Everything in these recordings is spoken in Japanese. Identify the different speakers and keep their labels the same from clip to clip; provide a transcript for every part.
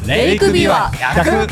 Speaker 1: レイクビュア100。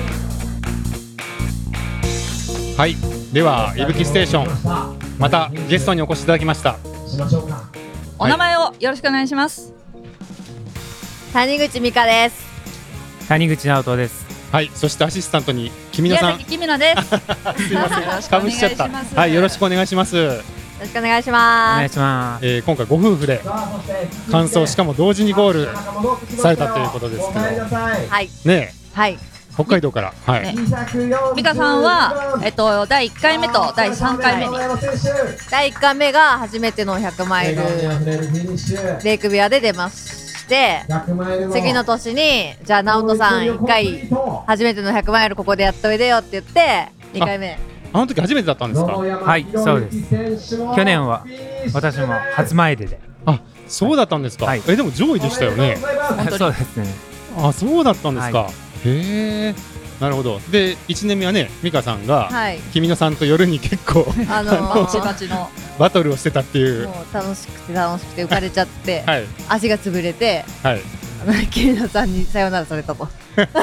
Speaker 2: はい、ではいぶきステーション、またゲストにお越しいただきました。
Speaker 1: お名前をよろしくお願いします。
Speaker 3: 谷口美香です。
Speaker 4: 谷口直人です。
Speaker 2: はい、そしてアシスタントに君野さん。
Speaker 1: 宮崎君野です。
Speaker 2: すいません、かぶしちゃった。はい、よろしくお願いします。
Speaker 3: よろしくお願いします。
Speaker 4: お願いします。
Speaker 2: 今回ご夫婦で完走、しかも同時にゴールされたということですけど、
Speaker 3: はい
Speaker 2: ね、
Speaker 3: はい、
Speaker 2: 北海道から、はい、
Speaker 1: 美香さんは、第1回目と第3回目に、
Speaker 3: 第1回目が初めての100マイルレイクビュアで出まして、次の年にじゃあ直人さん1回初めての100マイルここでやっといでよって言って2回目。
Speaker 2: あの時初めてだったんですか？
Speaker 4: はい、そうです。去年は私も初マイルで。
Speaker 2: あ、そうだったんですか。
Speaker 4: はい、
Speaker 2: でも上位でしたよね。
Speaker 4: そうですね。
Speaker 2: あ、そうだったんですか。
Speaker 4: はい、
Speaker 2: へえ、なるほど。で1年目はね、美香さんが、
Speaker 3: はい、
Speaker 2: 君野さんと夜に結構
Speaker 1: バチバチの
Speaker 2: バトルをしてたっていう。
Speaker 3: もう楽しくて浮かれちゃって、
Speaker 2: はい、
Speaker 3: 足が潰れて、
Speaker 2: はい、
Speaker 3: 君野さんにさよならされたと。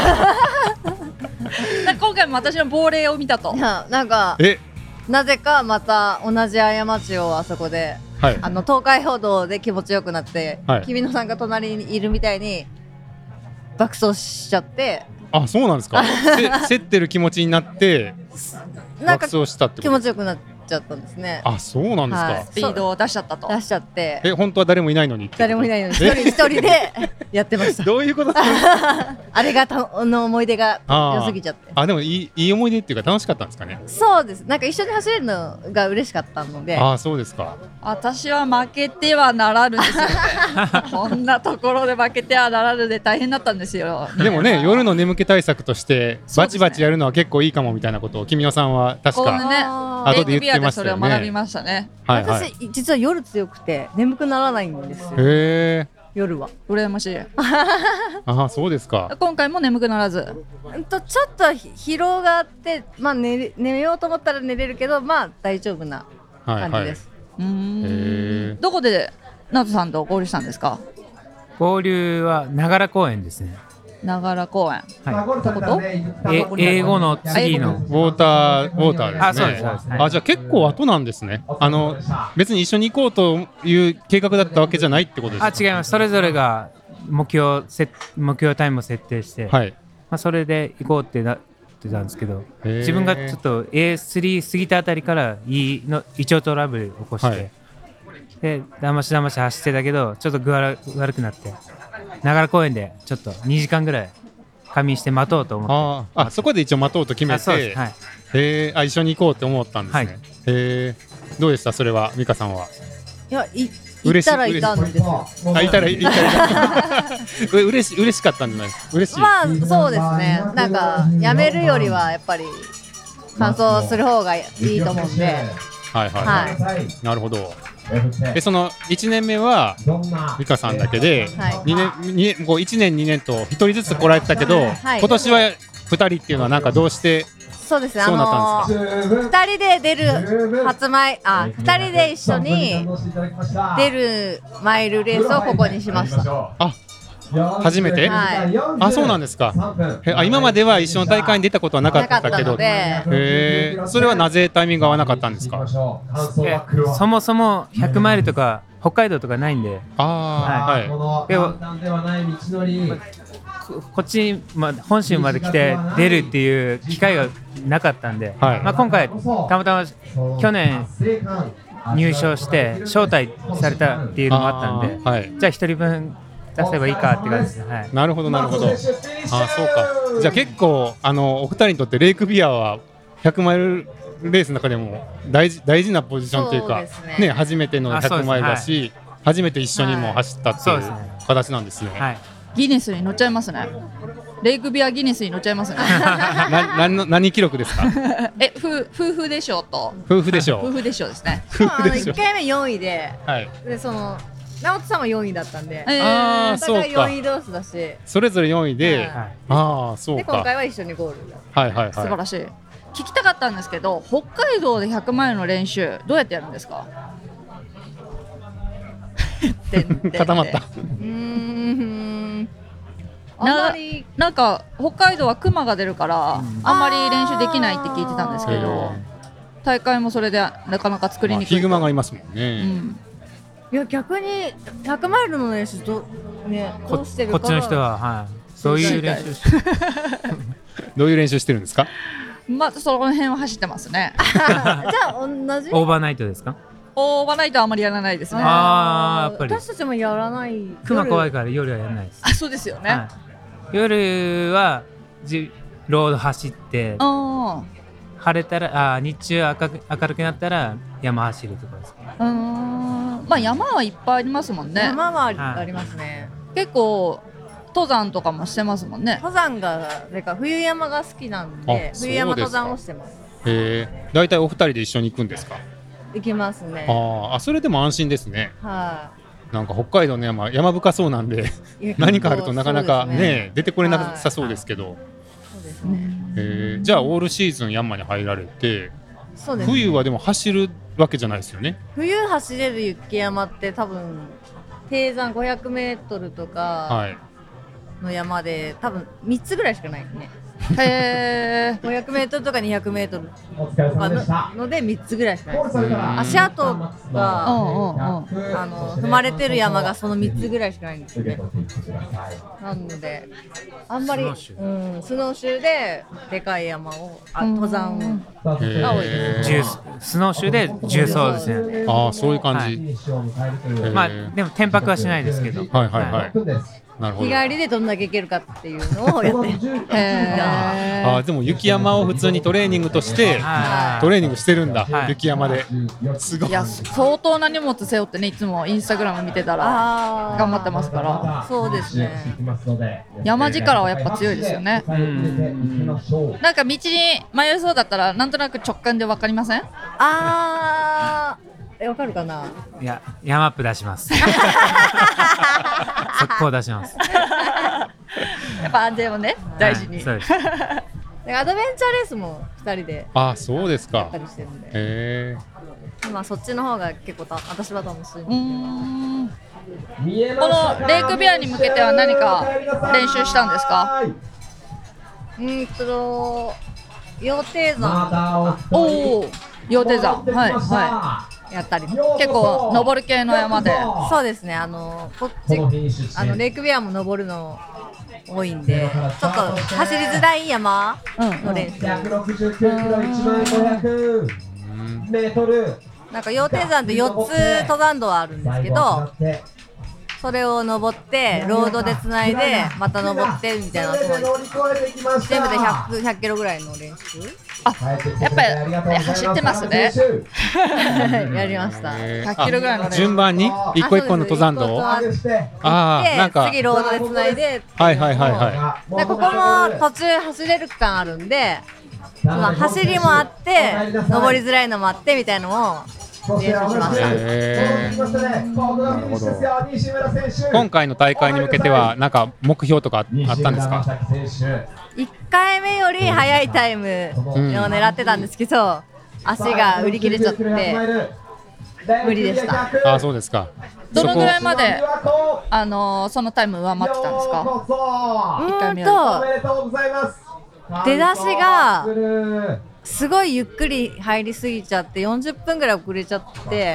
Speaker 1: 今回も私の亡霊を見たと。
Speaker 3: いや、なんかなぜかまた同じ過ちをあそこで、
Speaker 2: はい、
Speaker 3: 東海報道で気持ちよくなって、はい、君野さんが隣にいるみたいに爆走しちゃって。
Speaker 2: あ、そうなんですか。競ってる気持ちになって爆走したってこと。
Speaker 3: 気持ちよくなっちゃったんですね。
Speaker 2: あ、そうなんですか。
Speaker 1: スピードを出しちゃったと。
Speaker 3: 出しちゃって。
Speaker 2: 本当は誰もいないのに。
Speaker 3: 誰もいないのに一人でやってました。
Speaker 2: どういうこと？
Speaker 3: あれがの思い出が良すぎちゃって。
Speaker 2: あ、でもいい思い出っていうか楽しかったんですかね。
Speaker 3: そうです。なんか一緒に走れるのが嬉しかったので。
Speaker 2: あ、そうですか。
Speaker 1: 私は負けてはならぬですよね。こんなところで負けてはならぬで大変だったんですよ。
Speaker 2: でもね、夜の眠気対策としてバチバチやるのは結構いいかもみたいなことを君野さんは確か後で言ってましたよね。
Speaker 1: それを学びましたね。
Speaker 2: はいはい、
Speaker 3: 私実は夜強くて眠くならないんですよ。
Speaker 2: へー、
Speaker 3: 夜は
Speaker 1: 羨ましい。
Speaker 2: あ、そうですか。
Speaker 1: 今回も眠くならず、
Speaker 3: ちょっと疲労があって、まあ、寝ようと思ったら寝れるけど、まあ大丈夫な感じです。
Speaker 1: はいはい、どこで直人さんと合流したんですか？
Speaker 4: 合流は長良公園ですね。
Speaker 1: 長良公園、
Speaker 4: はい、英語の次の
Speaker 2: ウォーターですね。
Speaker 4: あ、そうですそうです、はい、
Speaker 2: あ、じゃあ結構後なんですね。別に一緒に行こうという計画だったわけじゃないってことですか？
Speaker 4: あ、違います。それぞれが目標タイムを設定して、はい、まあ、それで行こうってなってたんですけど、自分がちょっと A3 過ぎたあたりから胃腸トラブルを起こして、はい、でだまし走ってたけどちょっと具合悪くなって長良公園でちょっと2時間ぐらい仮眠して待とうと思って、
Speaker 2: あ、そこで一応待とうと決めて、
Speaker 4: はい、
Speaker 2: 一緒に行こうって思ったんですね。はい、どうでしたそれは？美香さんは。
Speaker 3: いや、行ったらいたんですよ。
Speaker 2: いたら嬉しかったんじゃないですか？嬉しい。
Speaker 3: まあそうですね。なんかやめるよりはやっぱり完走する方がいいと思うんで。
Speaker 2: はいはいはい、はい、なるほど。その1年目は美香さんだけで、はい、1年2年と1人ずつ来られてたけど、はい、今年は2人っていうのはなんかどうして
Speaker 3: そうですね、
Speaker 2: そうなったんですか
Speaker 3: ？2人で出る2人で一緒に出るマイルレースをここにしました。
Speaker 2: あ、初めて？はい、あ、そうなんですか。今までは一緒の大会に出たことはなかったけど、それはなぜタイミング合わなかったんですか？
Speaker 4: そもそも100マイルとか北海道とかないんで、こっち、本州まで来て出るっていう機会がなかったんで、はい、まあ、今回たまたま去年入賞して招待されたっていうのもあったんで、はい、じゃあ1人分出せばいいかって感じです、はい、
Speaker 2: なるほどなるほど。あ、そうか。じゃあ結構お二人にとってレイクビアは100マイルレースの中でも大事なポジションというか、ね、初めての100マイルだし、はい、初めて一緒にも走ったっていう形なんですね。
Speaker 1: はい、ギネスに乗っちゃいますね。レイクビアギネスに乗っちゃいますね。
Speaker 2: 何記録ですか？
Speaker 1: 夫婦でしょうと。
Speaker 2: 夫婦でしょう。
Speaker 1: 夫婦でしょうですね。
Speaker 3: 1回目4位で、はい、で直人さんは4位だったんで、だから4位同士だし、
Speaker 2: それぞれ4位で、そうか。
Speaker 3: で今回は一緒にゴールだ。
Speaker 2: はいはいはい。
Speaker 1: 素晴らしい。聞きたかったんですけど、北海道で100マイルの練習どうやってやるんですか？
Speaker 2: 固まった。
Speaker 1: なんか北海道は熊が出るから、あんまり練習できないって聞いてたんですけど、大会もそれでなかなか作りにくい。
Speaker 2: ヒグマがいますもんね。
Speaker 3: いや逆に100マイルの練習どうしてるか。
Speaker 4: こっちの人は、はい、そういう練習してる。
Speaker 2: どういう練習してるんですか？
Speaker 1: まずその辺は走ってますね。
Speaker 3: じゃあ同じ？
Speaker 4: オーバーナイトですか？
Speaker 1: オーバーナイトはあんまりやらないですね。
Speaker 4: ああ、やっぱり
Speaker 3: 私たちもやらない。
Speaker 4: 熊怖いから夜はやらないです。
Speaker 1: あ、そうですよね。
Speaker 4: はい、夜はロード走って、晴れたら日中明るくなったら山走るとかですか？
Speaker 1: まあ山はいっぱいありますもんね。
Speaker 3: 山はありますね。
Speaker 1: 結構登山とかもしてますもんね。
Speaker 3: 登山が冬山が好きなんで、冬山登山をしてます。
Speaker 2: だいたいお二人で一緒に行くんですか？
Speaker 3: 行きますね。
Speaker 2: それでも安心ですね。
Speaker 3: はい。
Speaker 2: なんか北海道の山深そうなんで何かあるとなかなかね出てこれなさそうですけど。
Speaker 3: そうですね。
Speaker 2: じゃあオールシーズン山に入られて、
Speaker 3: そうですね、
Speaker 2: 冬はでも走るわけじゃないですよね。
Speaker 3: 冬走れる雪山って多分低山500メートルとかの山で多分3つぐらいしかないですね。500メートルとか200メートルとかので3つぐらいしかないです。足跡が踏まれてる山がその3つぐらいしかないんですよね。なのであんまりスノーシューででかい山を登山が多いです。
Speaker 4: スノーシューで重走ですね。
Speaker 2: そういう感じ。
Speaker 4: まあでも転泊はしないですけど。
Speaker 2: 日
Speaker 3: 帰りでどんだけ行けるかっていうのをやって
Speaker 2: でも雪山を普通にトレーニングとしてトレーニングしてるんだ、雪山で。すごい。
Speaker 1: いや相当な荷物背負ってね、いつもインスタグラム見てたら頑張ってますから。
Speaker 3: そうですね。
Speaker 1: 山力はやっぱ強いですよね。なんか道に迷いそうだったらなんとなく直感で分かりません？
Speaker 3: わかるかな。
Speaker 4: いや、ヤマップ出します。速攻出します。
Speaker 1: やっぱ安全をね、大事に。
Speaker 4: そうです。
Speaker 3: アドベンチャーレースも2人で
Speaker 2: そうですか。
Speaker 3: やったりしてるんで、まあそっちの方が結構私は楽しい。この
Speaker 1: レイクビアに向けては何か練習したんですか？
Speaker 3: 羊蹄山。
Speaker 1: 羊蹄山、
Speaker 3: やったり
Speaker 1: 結構登る系の山で。
Speaker 3: そうですね。こっちレイクビアも登るの多いんで、ちょっと走りづらい山の練習。
Speaker 5: 169キロ11500メートル。
Speaker 3: なんか羊蹄山って4つ登山道あるんですけど、それを登ってロードでつないでまた登ってみたいな、全部で100キロぐらいの練習。
Speaker 1: やっぱり走ってますね。
Speaker 3: やりました。
Speaker 1: 100キロぐらいの練習。
Speaker 2: 順番に一個一個の登山道。
Speaker 3: なんか次ロードでつないで。でここも途中走れる区間あるんで、その走りもあって登りづらいのもあってみたいなのを練習しました。
Speaker 2: 今回の大会に向けてはなんか目標とかあったんですか
Speaker 3: ？1回目より速いタイムを狙ってたんですけど、足が売り切れちゃって無理でした。
Speaker 2: そうですか。
Speaker 1: どのぐらいまでそのタイム上回ってたんですか？1回目より。
Speaker 3: 出だしがすごいゆっくり入りすぎちゃって40分ぐらい遅れちゃって、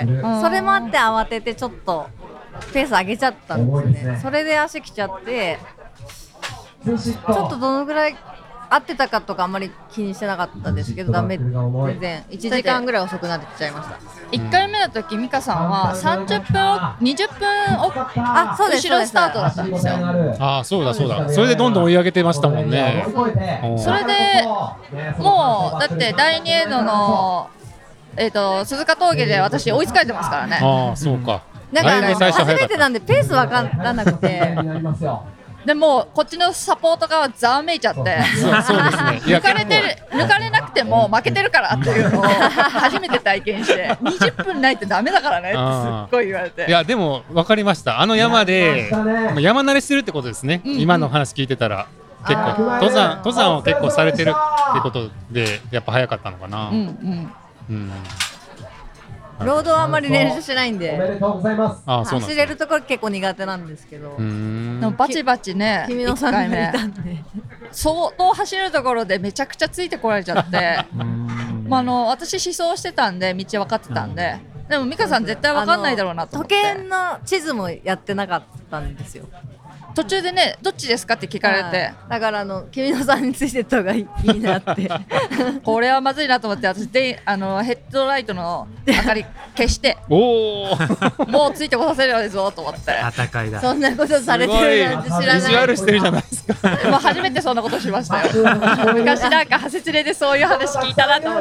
Speaker 3: それもあって慌ててちょっとペース上げちゃったんですね。それで足きちゃって、ちょっとどのぐらい合ってたかとかあんまり気にしてなかったですけど、全然1時間ぐらい遅くなっちゃいました。
Speaker 1: 1回目の時美香さんは30分20分
Speaker 3: そうです
Speaker 1: 後ろスタートだったんですよ。
Speaker 2: そうだ。それでどんどん追い上げてましたもんね。
Speaker 1: それでもうだって第2エンドの鈴鹿峠で私追いつかれてますからね。
Speaker 2: そうか。
Speaker 3: なんか初めてなんでペースわからなくて。
Speaker 1: でもこっちのサポートがざわめいちゃって、抜かれなくても負けてるからっていうのを初めて体験して、20分ないってダメだからねってすっごい言われて。
Speaker 2: いやでも分かりました。山で山慣れしてるってことですね。今の話聞いてたら結構登山を結構されてるってことでやっぱ早かったのかな。な
Speaker 3: ロードはあんまり練習しないんで、
Speaker 5: おめでとうございます。
Speaker 3: 走れるところ結構苦手なんですけど、
Speaker 1: でもバチバチね、
Speaker 3: 君のさんがいたんで
Speaker 1: 相当走るところでめちゃくちゃついてこられちゃって私思想してたんで道分かってたんで、でも美香さん絶対分かんないだろうなと思って、
Speaker 3: 時計の地図もやってなかったんですよ。
Speaker 1: 途中でね、どっちですかって聞かれて、
Speaker 3: だから君のさんについてった方がいいなって
Speaker 1: これはまずいなと思って、私でヘッドライトの明かり消して
Speaker 2: おお
Speaker 1: もうついてこさせるようですぞと思って
Speaker 4: 戦いだ。
Speaker 3: そんなことされてるなんて知らない。
Speaker 2: 意地悪してるじゃないですか。
Speaker 1: もう初めてそんなことしましたよ昔なんかハセツレでそういう話聞いたなと思って、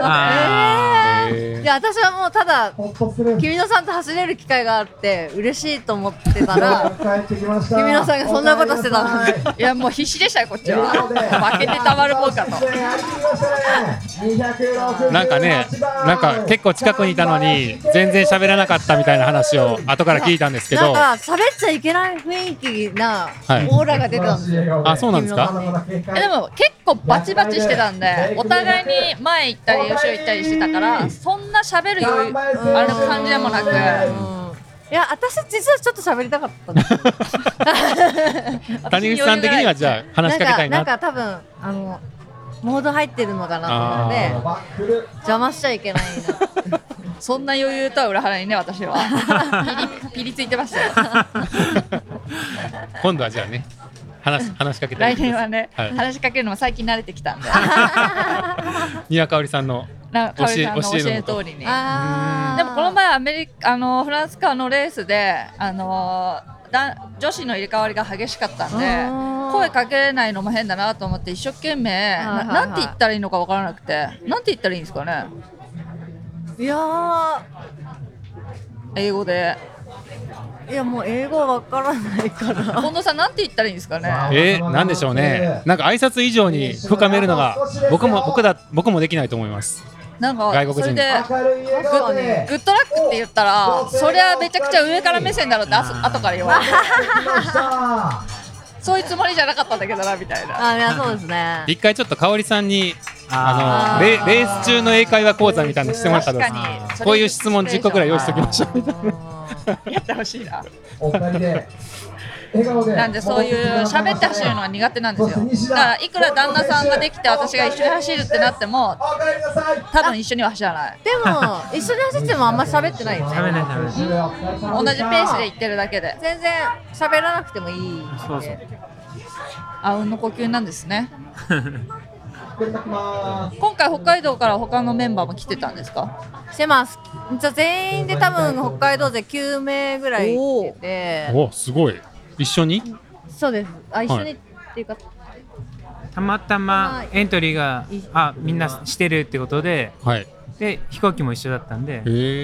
Speaker 3: いや私はもうただ君野さんと走れる機会があって嬉しいと思ってたら君野さんがそんなことしてたの。
Speaker 1: いやもう必死でしたよこっちは負けてたまるもんかと。
Speaker 2: なんかね、なんか結構近くにいたのに全然喋らなかったみたいな話を後から聞いたんですけど、
Speaker 3: なんか喋っちゃいけない雰囲気なオーラが出てたんですよ。
Speaker 2: あ、そうなんですか。
Speaker 1: でも結構バチバチしてたんで、お互いに前行ったり後ろ行ったりしてたから、そんな喋る余裕あれ感じでもなく、
Speaker 3: いや私実はちょっと喋りたかったんですよ
Speaker 2: 谷口さん的にはじゃあ話しかけたいな。
Speaker 3: なんか多分モード入ってるのかなと思って邪魔しちゃいけないな
Speaker 1: そんな余裕とは裏腹にね、私はピリついてましたよ
Speaker 2: 今度はじゃあね、話しかけたい
Speaker 1: 来年はね、
Speaker 2: はい、
Speaker 1: 話しかけるのも最近慣れてきたんで
Speaker 2: 宮香織さ女
Speaker 1: 教えの通りに。でもこの前フランスカーのレースで女子の入れ替わりが激しかったんで、声かけれないのも変だなと思って一生懸命なんて言ったらいいのか分からなくて、なんて言ったらいいんですかね。
Speaker 3: いや
Speaker 1: 英語で。
Speaker 3: いやもう英語わからないから
Speaker 1: 近藤さんなんて言ったらいいんですかね。
Speaker 2: なんでしょうね。なんか挨拶以上に深めるのが僕もできないと思います。
Speaker 1: なんか
Speaker 2: 外国人
Speaker 1: それでグッドラックって言ったら、そりゃめちゃくちゃ上から目線だろって後から言われてそういうつもりじゃなかったんだけどなみたいな。
Speaker 3: いやそうですね。
Speaker 2: 一回ちょっと香織さんにレース中の英会話講座みたいなのしてもらったら、こういう質問10個くらい用意しておきましょうみたいな
Speaker 1: やってほしいな。
Speaker 5: お二人で
Speaker 1: なんでそういう喋って走るのは苦手なんですよ。だからいくら旦那さんができて私が一緒に走るってなっても多分一緒には走らない。
Speaker 3: でも一緒に走ってもあんま喋ってないよね。
Speaker 4: 喋れない。
Speaker 1: 同じペースで行ってるだけで
Speaker 3: 全然喋らなくてもいい。
Speaker 4: そうそう。
Speaker 1: あうんの呼吸なんですね今回北海道から他のメンバーも来てたんですか。
Speaker 3: してます。全員で多分北海道勢9名ぐらい来てて。
Speaker 2: おすごい。一緒に。
Speaker 3: そうです。一緒にっていうか、
Speaker 4: たまたまエントリーがみんなしてるってことで、
Speaker 2: はい、
Speaker 4: で飛行機も一緒だったんで、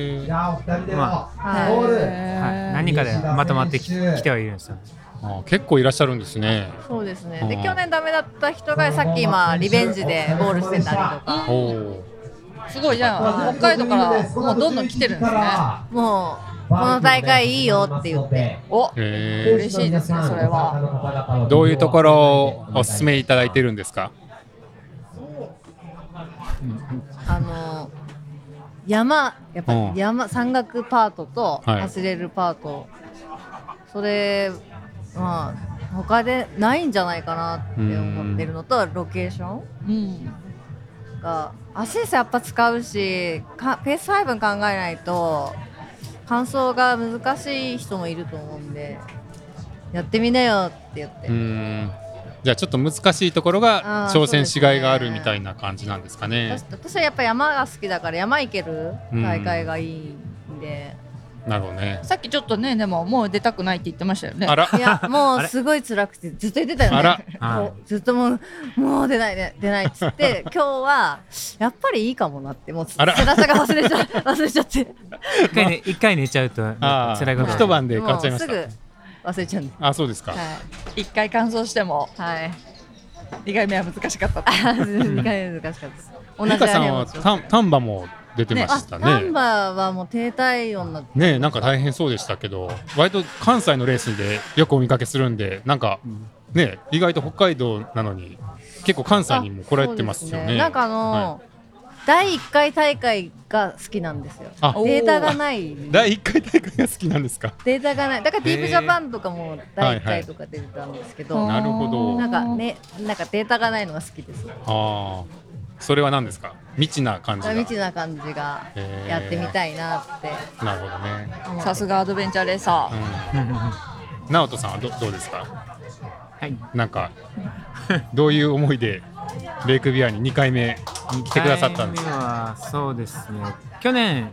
Speaker 4: 何かでまとまってきてはいるんですよ。
Speaker 2: 結構いらっしゃるんですね。
Speaker 3: そうですね。で去年ダメだった人がさっき今リベンジでゴールしてたりとか。
Speaker 1: すごいじゃあ北海道からもうどんどん来てるんですね。
Speaker 3: もうこの大会いいよって言って。
Speaker 1: 嬉しいですねそれは。
Speaker 2: どういうところをお勧めいただいてるんですか。
Speaker 3: やっぱり山岳パートと走れるパート、それ他でないんじゃないかなって思ってるのと、ロケーションが足やっぱ使うし、ペース配分考えないと完走が難しい人もいると思うんで、やってみなよって言って。
Speaker 2: じゃあちょっと難しいところが挑戦しがいがあるみたいな感じなんですかね。
Speaker 3: 私はやっぱ山が好きだから山行ける大会がいいんで。
Speaker 2: なるほどね。
Speaker 1: さっきちょっとね、でももう出たくないって言ってましたよね。
Speaker 3: いやもうすごい辛くてずっと言ってたよね。ずっともう出ないっつって今日はやっぱりいいかもなって、もう背中が忘れちゃって
Speaker 4: 一回寝ちゃうと辛いこと。
Speaker 2: 一晩で変わっちゃいました。
Speaker 3: すぐ忘れちゃうんで。
Speaker 2: そうですか。
Speaker 1: 一回完走しても2回目は難しかった。
Speaker 3: 2回目難しかったです。
Speaker 2: 美香さんは丹波も出てましたね。
Speaker 3: 丹波はもう低体温な
Speaker 2: ね、なんか大変そうでしたけど、割と関西のレースでよくお見かけするんで、なんかね、意外と北海道なのに結構関西にも来られてますよね。
Speaker 3: なんか第1回大会が好きなんですよ。データがない。
Speaker 2: 第1回大会が好きなんですか。
Speaker 3: データがない。だからディープジャパンとかも第1回とか出てたんですけど、
Speaker 2: なるほど。
Speaker 3: なんかデータがないのが好きです。
Speaker 2: ああ、それは何ですか。未知な感じが。
Speaker 3: 未知な感じがやってみたいなって。
Speaker 2: なるほどね。
Speaker 1: さすがアドベンチャーレーサ
Speaker 2: ー。直人さんはどうですか。
Speaker 4: はい。
Speaker 2: なんかどういう思いでレイクビアに2回目来てくださったんですか。
Speaker 4: そうですね。去年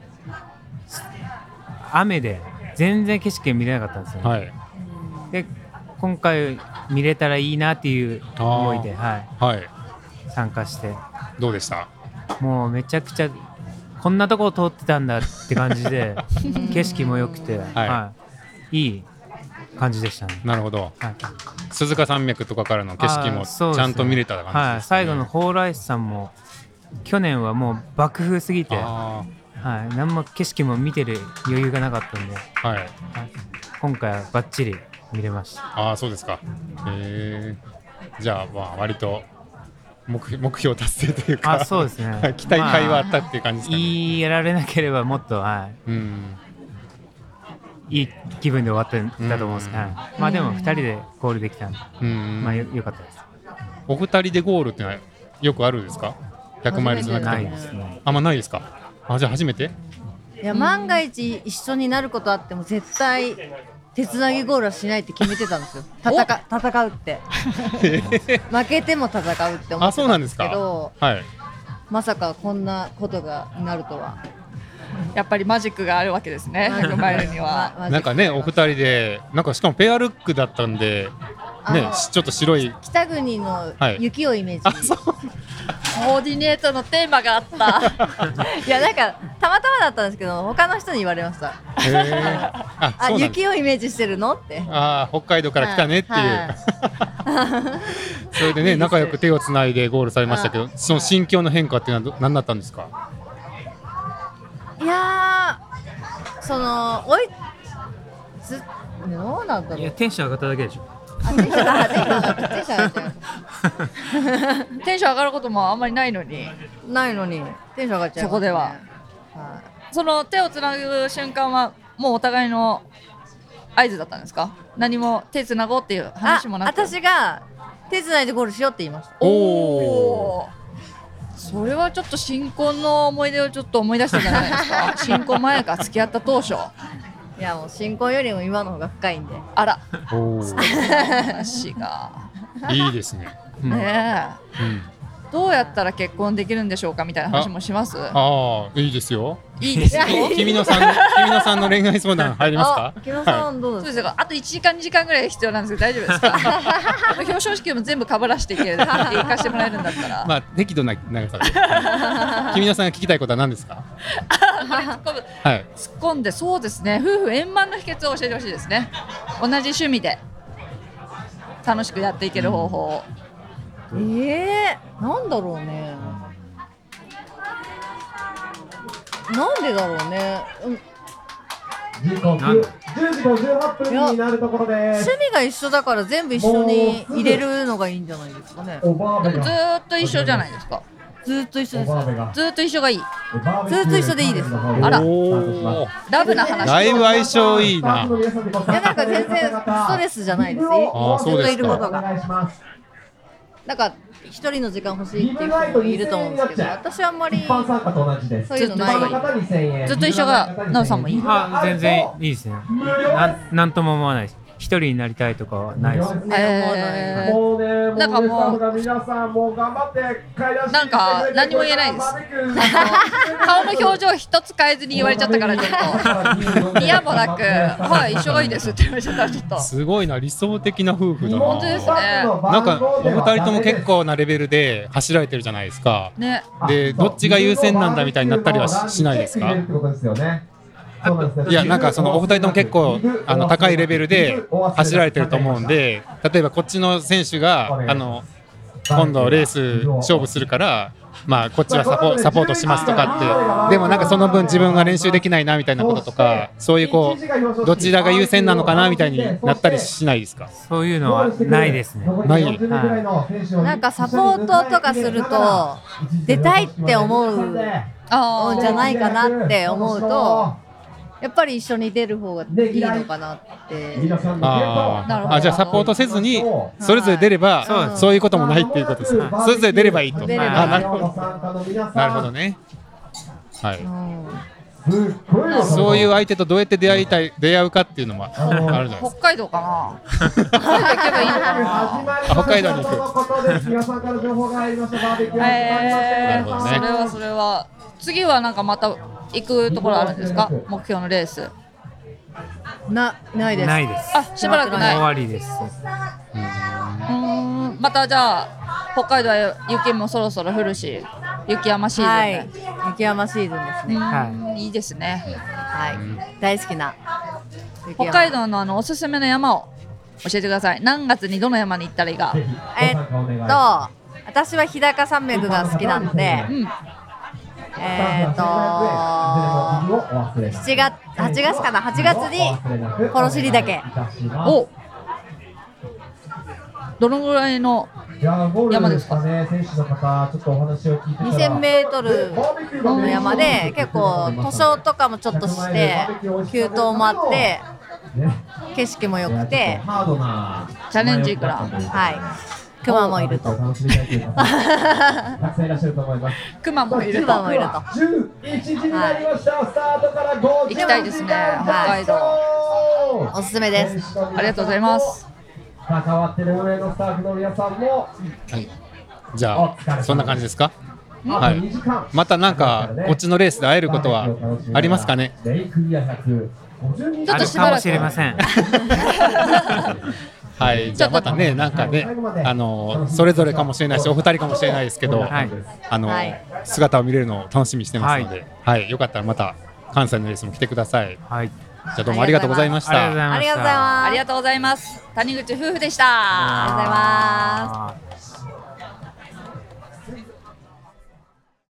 Speaker 4: 雨で全然景色見れなかったんですよ、ね。はい。で今回見れたらいいなっていう思いで、はい、参加して。
Speaker 2: どうでした。
Speaker 4: もうめちゃくちゃこんなとこを通ってたんだって感じで景色も良くて、いい感じでしたね。
Speaker 2: なるほど、鈴鹿山脈とかからの景色もちゃんと見れた感じですね。
Speaker 4: 最後の蓬莱市さんも去年はもう爆風すぎて、何も景色も見てる余裕がなかったんで、今回はバッチリ見れました。
Speaker 2: そうですか。じゃあ割と目標達成というか、
Speaker 4: そうですね。
Speaker 2: 期待会はあったっていう感じですかね。
Speaker 4: 言いやられなければもっと、いい気分で終わったんだと思うんですけど、でも2人でゴールできたんで、よかったです。
Speaker 2: お二人でゴールってのはよくあるんですか。100マイルじゃなくても。
Speaker 4: ないですね。
Speaker 2: あんまないですか。じゃあ初めて。
Speaker 3: いや、万が一一緒になることあっても絶対手つなぎゴールはしないって決めてたんですよ。戦うって負けても戦うって思ってたんですけど、まさかこんなことがなるとは。
Speaker 1: やっぱりマジックがあるわけですね。100マイルには
Speaker 2: なんかね、お二人でなんかしかもペアルックだったんでね、ちょっと白い
Speaker 3: 北国の雪をイメージ、
Speaker 1: コーディネートのテーマがあった
Speaker 3: いや、なんかたまたまだったんですけど、他の人に言われました。雪をイメージしてるのって。
Speaker 2: 北海道から来たねっていう、それでね、仲良く手をつないでゴールされましたけど、その心境の変化っていうのは何だったんですか。
Speaker 3: いやー、どうなんだろう。
Speaker 4: いや、テンション上がっただけでしょ。
Speaker 1: テンション上がることもあんまりないのに
Speaker 3: テンション上がっちゃう、
Speaker 1: そこでは、その手をつなぐ瞬間はもうお互いの合図だったんですか。何も手つなごうっていう話もなく。
Speaker 3: 私が手つないでゴールしようって言いました。
Speaker 1: それはちょっと新婚の思い出をちょっと思い出したんじゃないですか。新婚前か付き合った当初。
Speaker 3: いや、もう新婚よりも今の方が深いんで。
Speaker 1: あら、話が
Speaker 2: いいですね。
Speaker 1: どうやったら結婚できるんでしょうかみたいな話もします。
Speaker 2: いいですよ。
Speaker 1: いいですよ。
Speaker 2: 君野さんの恋愛相談入りますか。
Speaker 3: 君野さんどうですか。
Speaker 1: あと1時間2時間ぐらい必要なんですけど大丈夫ですか。表彰式も全部かぶらしていける行かしてもらえるんだったら。
Speaker 2: 適度な長さで。君野さんが聞きたいことは何ですか。
Speaker 1: 突っ込んで、そうですね。夫婦円満の秘訣を教えてほしいですね。同じ趣味で楽しくやっていける方法を。
Speaker 3: なんだろうね。なんでだろうね。
Speaker 5: 時刻10時58分になるところです。
Speaker 3: 趣味が一緒だから全部一緒に入れるのがいいんじゃないですかね。
Speaker 1: でもずーっと一緒じゃないですか。
Speaker 3: ずっと一緒です。
Speaker 1: ずっと一緒がいい。
Speaker 3: ずっと一緒でいいです。
Speaker 1: あら、ラブな話。
Speaker 2: だいぶ相性いいな。
Speaker 3: なんか全然ストレスじゃないですよ。ずっといることが。なんか一人の時間欲しいっていう人もいると思うんですけど、私はあんまりそういうのない。
Speaker 1: ずっと一緒がなおさんもいい。
Speaker 4: 全然いいですね。なんとも思わないです。一人になりたいとかはないです。
Speaker 1: なんかもうなんか何も言えないです。顔の表情一つ変えずに言われちゃったからちょっと嫌もなく、はい、一緒がいいですって言われちゃったらちょっと。
Speaker 2: すごいな、理想的な夫婦だな。
Speaker 1: 本当ですね。
Speaker 2: なんかお二人とも結構なレベルで走られてるじゃないですか。
Speaker 1: ね。
Speaker 2: で、どっちが優先なんだみたいになったりはしないですか。いや、なんかそのお二人とも結構高いレベルで走られてると思うんで、例えばこっちの選手が今度レース勝負するからまあこっちはサポートしますとかってでもなんかその分自分が練習できないなみたいなこととかそういうこうどちらが優先なのかなみたいになったりしないですか？
Speaker 4: そういうのはないですね。
Speaker 2: ない、
Speaker 3: なんかサポートとかすると出たいって思うんじゃないかなって思うとやっぱり一緒に出る方がいいのかなって。
Speaker 2: じゃあサポートせずにそれぞれ出ればそういうこともないっていうことですね。それぞれ出ればいいと。なるほどね。はい。そういう相手とどうやって出会うかっていうのもあるじゃないですか。
Speaker 1: 北海道かな。北海道行けばいいのかな。
Speaker 2: 北海道に行く。
Speaker 1: それは次はなんかまた行くところあるんですか？目標のレース。
Speaker 3: ないです。
Speaker 4: ないです。
Speaker 1: あ、しばらくない。
Speaker 4: 終わりです。
Speaker 1: またじゃあ北海道は雪もそろそろ降るし、雪山シーズンで。
Speaker 3: 雪山シーズンですね。
Speaker 1: いいですね。
Speaker 3: はい。大好きな。
Speaker 1: 北海道のおすすめの山を教えてください。何月にどの山に行ったらいいか。
Speaker 3: 私は日高山脈が好きなので。8月かな、8月に幌尻岳。
Speaker 1: どのぐらいの山ですか
Speaker 3: ？2000メートルの山で結構塗装とかもちょっとして急登もあって景色も良くて
Speaker 1: チャレンジいくら。
Speaker 3: はい。クマもいると。
Speaker 1: クマもいると。
Speaker 3: 行
Speaker 1: きたいですね。北海道。
Speaker 3: おすすめです。
Speaker 1: ありがとうございます。
Speaker 5: 関わってる上のスタッフの皆さんも。
Speaker 2: じゃあそんな感じですか？はい。またなんかこっちのレースで会えることはありますかね？
Speaker 1: ちょっとしばらく。
Speaker 4: かもしれません。
Speaker 2: はい、じゃあまたね、なんかね、それぞれかもしれないし、お二人かもしれないですけど、姿を見れるのを楽しみにしてますので、はい、よかったらまた関西のレースも来てください。はい、じゃあどうもありがとうございました。
Speaker 3: ありがとうございます。
Speaker 1: ありがとうございます。谷口夫婦でした。
Speaker 3: ありがとうございます。